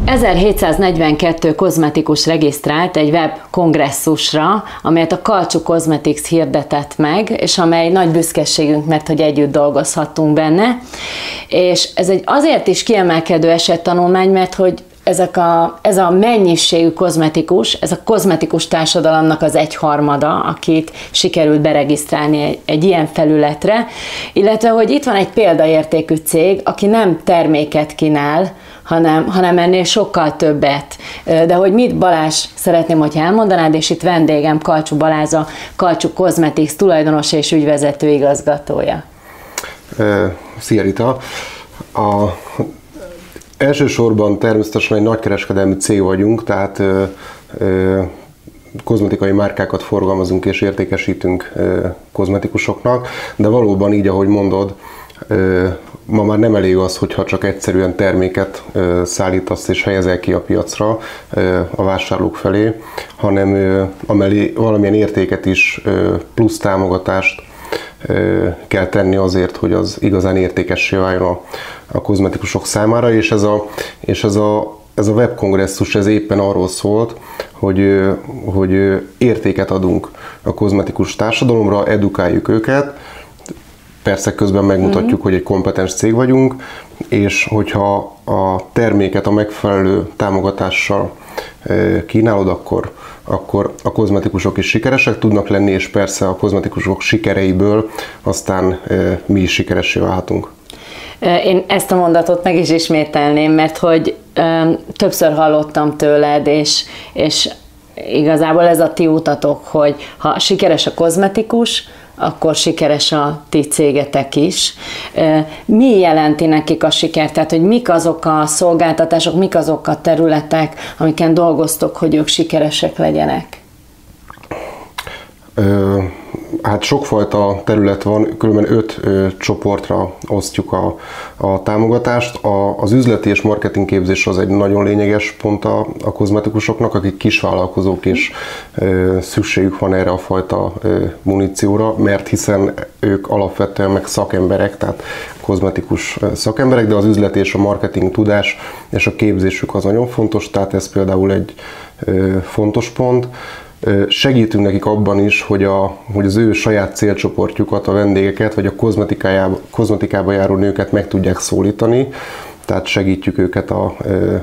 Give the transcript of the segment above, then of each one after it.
1742 kozmetikus regisztrált egy web kongresszusra, amelyet a Kalcsú Cosmetics hirdetett meg, és amely nagy büszkeségünk, mert hogy együtt dolgozhattunk benne. És ez egy azért is kiemelkedő esettanulmány, mert hogy ez a mennyiségű kozmetikus, ez a kozmetikus társadalomnak az 1/3, akit sikerült beregisztrálni egy ilyen felületre, illetve hogy itt van egy példaértékű cég, aki nem terméket kínál, hanem ennél sokkal többet. De hogy mit, Balázs, szeretném, hogy elmondanád, és itt vendégem Kalcsú Balázs, a Kalcsú Cosmetics tulajdonos és ügyvezető igazgatója. Szia Rita! Elsősorban természetesen egy nagykereskedelmi cég vagyunk, tehát kozmetikai márkákat forgalmazunk és értékesítünk kozmetikusoknak, de valóban így, ahogy mondod, ma már nem elég az, hogyha csak egyszerűen terméket szállítasz és helyezel ki a piacra a vásárlók felé, hanem amellé valamilyen értéket is, plusz támogatást kell tenni azért, hogy az igazán értékessé váljon a kozmetikusok számára, és ez a webkongresszus ez éppen arról szólt, hogy értéket adunk a kozmetikus társadalomra, edukáljuk őket, persze közben megmutatjuk, hogy egy kompetens cég vagyunk, és hogyha a terméket a megfelelő támogatással kínálod, akkor a kozmetikusok is sikeresek tudnak lenni, és persze a kozmetikusok sikereiből aztán mi is sikeressé válhatunk. Én ezt a mondatot meg is ismételném, mert hogy többször hallottam tőled, és igazából ez a ti utatok, hogy ha sikeres a kozmetikus, akkor sikeres a ti cégetek is. Mi jelenti nekik a sikert? Tehát, hogy mik azok a szolgáltatások, mik azok a területek, amiken dolgoztok, hogy ők sikeresek legyenek? Hát sokfajta terület van, kb. 5 csoportra osztjuk a támogatást. Az üzleti és marketing képzés az egy nagyon lényeges pont a kozmetikusoknak, akik kisvállalkozók és szükségük van erre a fajta munícióra, mert hiszen ők alapvetően meg szakemberek, tehát kozmetikus szakemberek, de az üzleti és a marketing tudás és a képzésük az nagyon fontos, tehát ez például egy fontos pont. Segítünk nekik abban is, hogy az ő saját célcsoportjukat, a vendégeket, vagy a kozmetikába járó nőket meg tudják szólítani, tehát segítjük őket a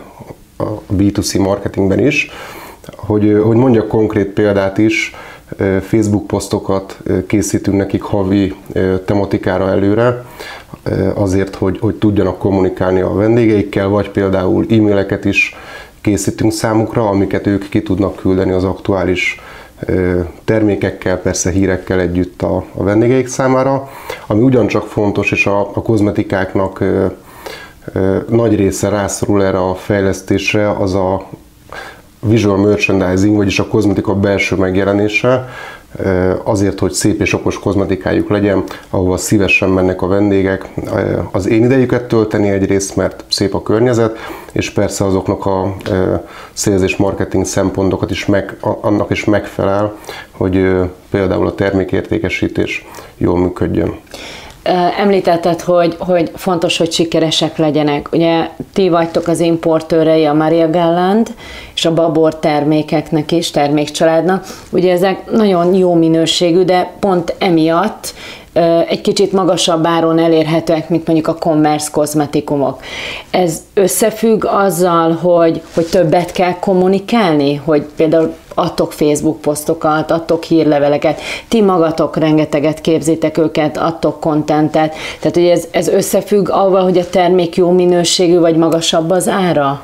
B2C marketingben is. Hogy mondjak konkrét példát is, Facebook posztokat készítünk nekik havi tematikára előre, azért, hogy tudjanak kommunikálni a vendégeikkel, vagy például e-maileket is készítünk számukra, amiket ők ki tudnak küldeni az aktuális termékekkel, persze hírekkel együtt a vendégeik számára. Ami ugyancsak fontos, és a kozmetikáknak nagy része rászorul erre a fejlesztésre, az a visual merchandising, vagyis a kozmetika belső megjelenése, azért, hogy szép és okos kozmetikájuk legyen, ahova szívesen mennek a vendégek, az én idejüket tölteni egyrészt, mert szép a környezet, és persze azoknak a sales és marketing szempontokat is annak is megfelel, hogy például a termékértékesítés jól működjön. Említetted, hogy fontos, hogy sikeresek legyenek. Ugye ti vagytok az importőrei a Maria Galland és a Babor termékeknek is, termékcsaládnak. Ugye ezek nagyon jó minőségű, de pont emiatt egy kicsit magasabb áron elérhetőek, mint mondjuk a commerce kozmetikumok. Ez összefügg azzal, hogy többet kell kommunikálni, hogy például adtok Facebook posztokat, adtok hírleveleket, ti magatok rengeteget képzitek őket, adtok contentet, tehát hogy ez összefügg avval, hogy a termék jó minőségű, vagy magasabb az ára?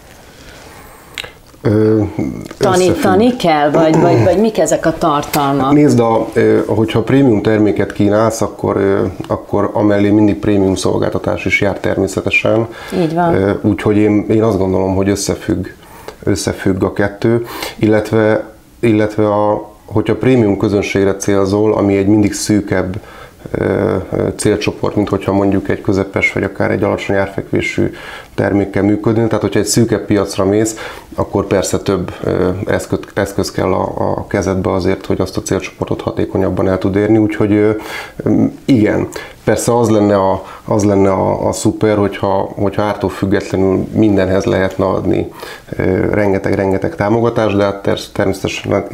Tanítani kell, vagy mik ezek a tartalmak? Nézd, hogyha prémium terméket kínálsz, akkor amellé mindig prémium szolgáltatás is jár természetesen. Így van. Úgyhogy én azt gondolom, hogy összefügg a kettő, illetve hogyha prémium közönségre célzol, ami egy mindig szűkebb célcsoport, mint hogyha mondjuk egy közepes vagy akár egy alacsony árfekvésű termékkel működni. Tehát, hogyha egy szűkebb piacra mész, akkor persze több eszköz kell a kezedbe azért, hogy azt a célcsoportot hatékonyabban el tud érni. Úgyhogy igen, persze az lenne a szuper, hogyha ártól függetlenül mindenhez lehetne adni rengeteg támogatást, de hát természetesen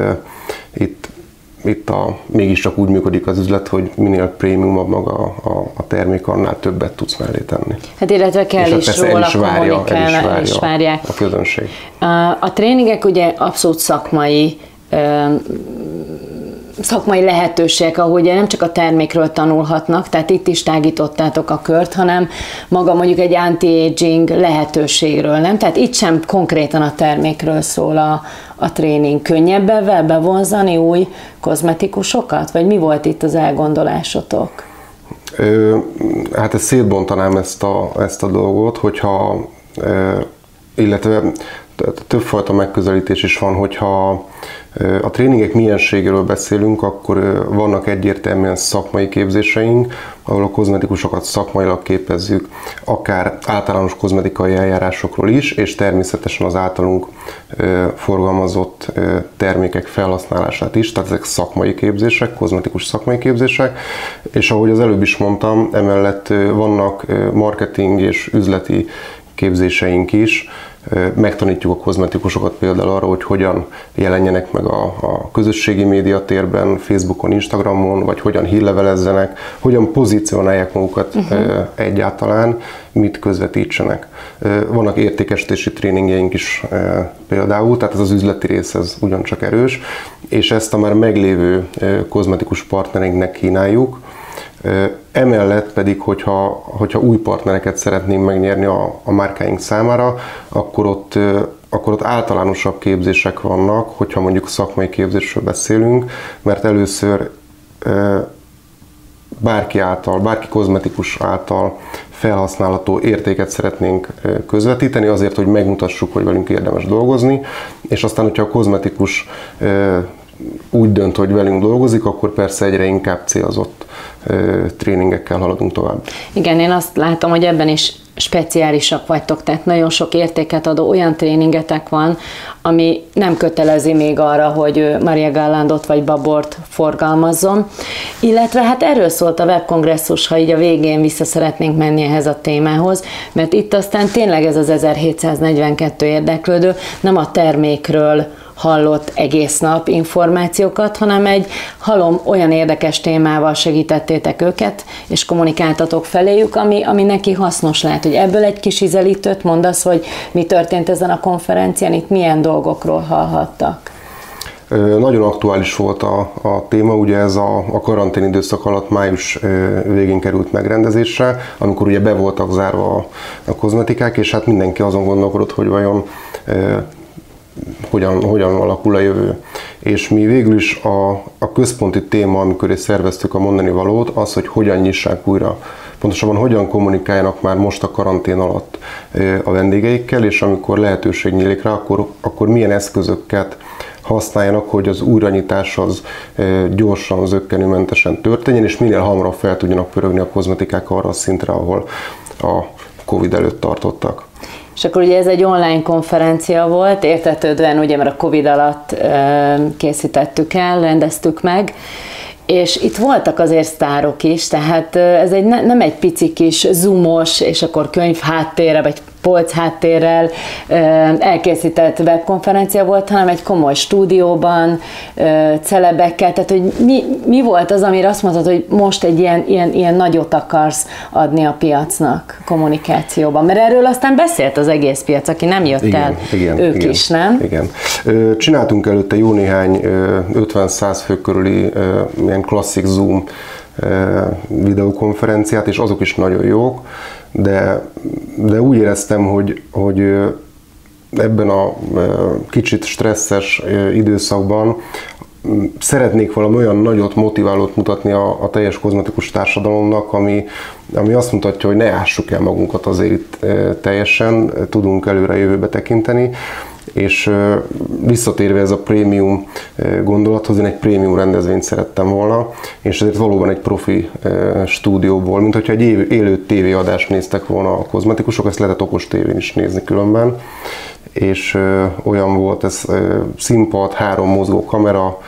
itt mégiscsak úgy működik az üzlet, hogy minél prémiumabb maga a termék, annál többet tudsz mellé tenni. Hát illetve kell is róla kommunikálni, el is várják. A közönség. A tréningek ugye abszolút szakmai lehetőségek, ahol ugye nem csak a termékről tanulhatnak, tehát itt is tágítottátok a kört, hanem maga mondjuk egy anti-aging lehetőségről, nem? Tehát itt sem konkrétan a termékről szól a tréning. Könnyebb ebben bevonzani új kozmetikusokat? Vagy mi volt itt az elgondolásotok? Hát ezt szétbontanám ezt a dolgot, hogyha, illetve többfajta megközelítés is van, hogyha a tréningek mienségéről beszélünk, akkor vannak egyértelműen szakmai képzéseink, ahol a kozmetikusokat szakmailag képezzük, akár általános kozmetikai eljárásokról is, és természetesen az általunk forgalmazott termékek felhasználását is, tehát ezek szakmai képzések, kozmetikus szakmai képzések, és ahogy az előbb is mondtam, emellett vannak marketing és üzleti képzéseink is. Megtanítjuk a kozmetikusokat például arra, hogy hogyan jelenjenek meg a közösségi médiatérben, Facebookon, Instagramon, vagy hogyan hírlevelezzenek, hogyan pozícionálják magukat egyáltalán, mit közvetítsenek. Vannak értékesítési tréningjeink is például, tehát ez az üzleti rész ez ugyancsak erős, és ezt a már meglévő kozmetikus partnereinknek kínáljuk. Emellett pedig, hogyha új partnereket szeretnénk megnyerni a márkáink számára, akkor ott általánosabb képzések vannak, hogyha mondjuk szakmai képzésről beszélünk, mert először bárki kozmetikus által felhasználható értéket szeretnénk közvetíteni, azért, hogy megmutassuk, hogy velünk érdemes dolgozni, és aztán, hogyha a kozmetikus úgy dönt, hogy velünk dolgozik, akkor persze egyre inkább célzott tréningekkel haladunk tovább. Igen, én azt látom, hogy ebben is speciálisak vagytok, tehát nagyon sok értéket adó olyan tréningetek van, ami nem kötelezi még arra, hogy Maria Gallandot vagy Babort forgalmazzon. Illetve hát erről szólt a webkongresszus, ha így a végén vissza szeretnénk menni ehhez a témához, mert itt aztán tényleg ez az 1742 érdeklődő nem a termékről hallott egész nap információkat, hanem egy halom olyan érdekes témával segítettétek őket, és kommunikáltatok feléjük, ami neki hasznos lehet, hogy ebből egy kis ízelítőt mondasz, hogy mi történt ezen a konferencián, itt milyen dolgokról hallhattak. Nagyon aktuális volt a téma, ugye ez a karantén időszak alatt május végén került megrendezésre, amikor ugye be voltak zárva a kozmetikák, és hát mindenki azon gondolkodott, hogy vajon hogyan alakul a jövő. És mi végül is a központi téma, amikor is szerveztük a mondani valót, az, hogy hogyan nyissák újra. Pontosabban hogyan kommunikáljanak már most a karantén alatt a vendégeikkel, és amikor lehetőség nyílik rá, akkor milyen eszközöket használjanak, hogy az újranyitás az gyorsan, zökkenőmentesen történjen, és minél hamarabb fel tudjanak pörögni a kozmetikák arra a szintre, ahol a Covid előtt tartottak. És akkor ugye ez egy online konferencia volt, értetődően ugye, mert a Covid alatt készítettük el, rendeztük meg, és itt voltak azért sztárok is, tehát ez nem egy pici kis zoomos, és akkor könyv háttérre, vagy polc háttérrel elkészített webkonferencia volt, hanem egy komoly stúdióban, celebekkel, tehát hogy mi volt az, amire azt mondtad, hogy most egy ilyen nagyot akarsz adni a piacnak kommunikációban, mert erről aztán beszélt az egész piac, aki nem jött el, ők is, nem? Igen. Csináltunk előtte jó néhány 50-100 fő körüli ilyen klasszik Zoom videokonferenciát, és azok is nagyon jók, de úgy éreztem, hogy ebben a kicsit stresszes időszakban szeretnék valami olyan nagyot, motiválót mutatni a teljes kozmetikus társadalomnak, ami azt mutatja, hogy ne ássuk el magunkat azért itt teljesen, tudunk előre jövőbe tekinteni, És visszatérve ez a prémium gondolathoz, én egy prémium rendezvényt szerettem volna, és ezért valóban egy profi stúdióból, mint hogyha egy élő tévéadást néztek volna a kozmetikusok, ezt lehetett okos tévén is nézni különben, és olyan volt ez színpad, 3 mozgó kamera,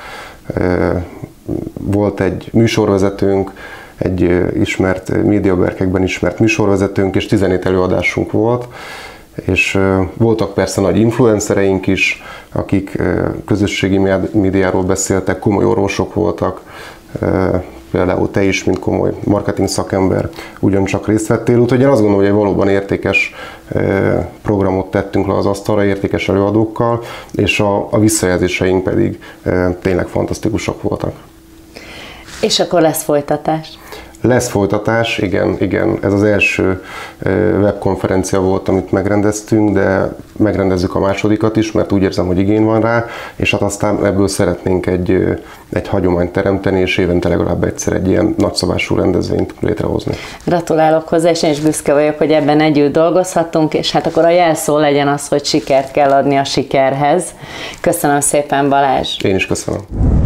volt egy műsorvezetőnk, egy ismert médiaberkekben ismert műsorvezetőnk, és 17 előadásunk volt, és voltak persze nagy influencereink is, akik közösségi médiáról beszéltek, komoly orvosok voltak, például te is, mint komoly marketing szakember ugyancsak részt vettél, úgyhogy én azt gondolom, hogy egy valóban értékes programot tettünk le az asztalra, értékes előadókkal, és a visszajelzéseink pedig tényleg fantasztikusak voltak. És akkor lesz folytatás? Lesz folytatás, igen. Ez az első webkonferencia volt, amit megrendeztünk, de megrendezzük a másodikat is, mert úgy érzem, hogy igény van rá, és hát aztán ebből szeretnénk egy hagyományt teremteni, és évente legalább egyszer egy ilyen nagyszabású rendezvényt létrehozni. Gratulálok hozzá, és én is büszke vagyok, hogy ebben együtt dolgozhattunk, és hát akkor a jelszó legyen az, hogy sikert kell adni a sikerhez. Köszönöm szépen, Balázs! Én is köszönöm.